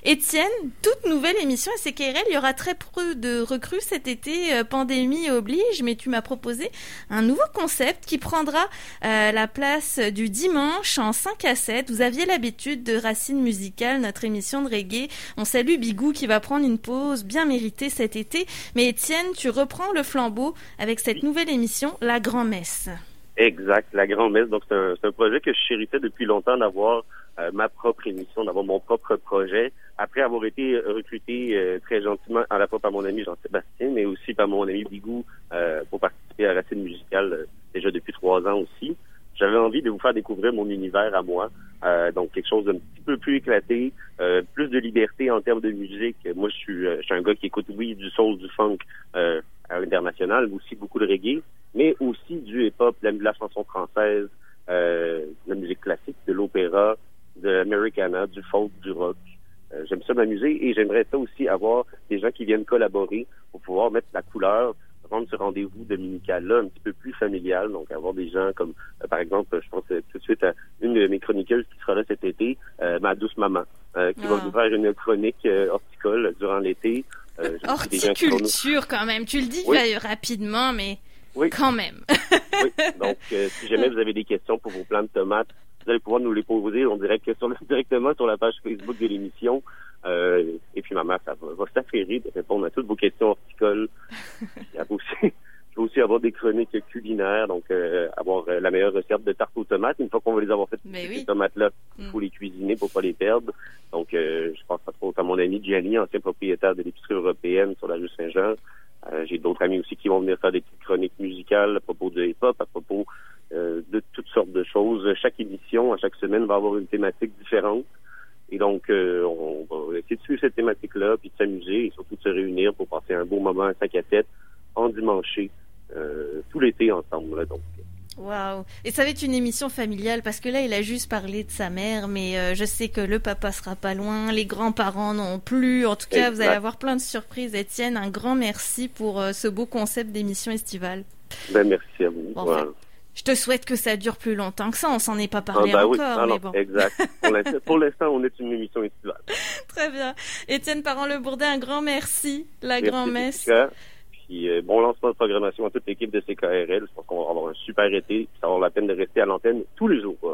Étienne, toute nouvelle émission à CKRL, il y aura très peu de recrues cet été, pandémie oblige, mais tu m'as proposé un nouveau concept qui prendra la place du dimanche en 5 à 7. Vous aviez l'habitude de Racines musicales, notre émission de reggae. On salue Bigou qui va prendre une pause bien méritée cet été. Mais Étienne, tu reprends le flambeau avec cette nouvelle émission, La Grand-Messe. Exact, La Grand-Messe. Donc, c'est un projet que je chérissais depuis longtemps d'avoir ma propre émission, d'avoir mon propre projet. Après avoir été recruté très gentiment à la fois par mon ami Jean-Sébastien, mais aussi par mon ami Bigou pour participer à Racines musicales déjà depuis 3 ans aussi. J'avais envie de vous faire découvrir mon univers à moi, donc quelque chose d'un petit peu plus éclaté, plus de liberté en termes de musique. Moi, je suis un gars qui écoute, oui, du soul, du funk à l'international, mais aussi beaucoup de reggae, mais aussi du hip-hop, de la chanson française, de la musique classique, de l'opéra, de l'americana, du folk, du rock. J'aime ça m'amuser et j'aimerais ça aussi avoir des gens qui viennent collaborer pour pouvoir mettre la couleur, rendre ce rendez-vous dominical-là un petit peu plus familial. Donc, avoir des gens comme, par exemple, je pense tout de suite à une de mes chroniqueuses qui sera là cet été, ma douce maman, qui va nous faire une chronique horticole durant l'été. Horticulture, quand même. Tu le dis rapidement, mais quand même. Oui. Donc, si jamais vous avez des questions pour vos plants de tomates, vous allez pouvoir nous les poser directement sur la page Facebook de l'émission. Et puis maman, ça va s'affairer de répondre à toutes vos questions horticoles. Je vais aussi avoir des chroniques culinaires, donc avoir la meilleure recette de tarte aux tomates. Une fois qu'on va les avoir faites, ces tomates-là, il faut les cuisiner pour pas les perdre. Donc, je pense pas trop à mon ami Gianni, ancien propriétaire de l'épicerie européenne sur la rue Saint-Jean. J'ai d'autres amis aussi qui vont venir faire des petites chroniques musicales à propos de hip-hop, à propos de toutes sortes de choses. Chaque émission, à chaque semaine, va avoir une thématique différente. Et donc, on va essayer de suivre cette thématique-là, puis de s'amuser et surtout de se réunir pour passer un beau moment à 5 à 7 en dimanche, tout l'été ensemble. Là, donc. Wow. Et ça va être une émission familiale parce que là, il a juste parlé de sa mère, mais je sais que le papa sera pas loin, les grands-parents non plus. En tout cas, vous allez avoir plein de surprises. Étienne, un grand merci pour ce beau concept d'émission estivale. Merci à vous. Bon, enfin, je te souhaite que ça dure plus longtemps que ça. On s'en est pas parlé encore. Oui. Mais bon. Exact. Pour l'instant, on est une émission estivale. Très bien. Étienne Parent-Le-Bourdin, un grand merci. La Grand-Messe. Puis bon lancement de programmation à toute l'équipe de CKRL. Je pense qu'on va avoir un super été. Ça va avoir la peine de rester à l'antenne tous les jours.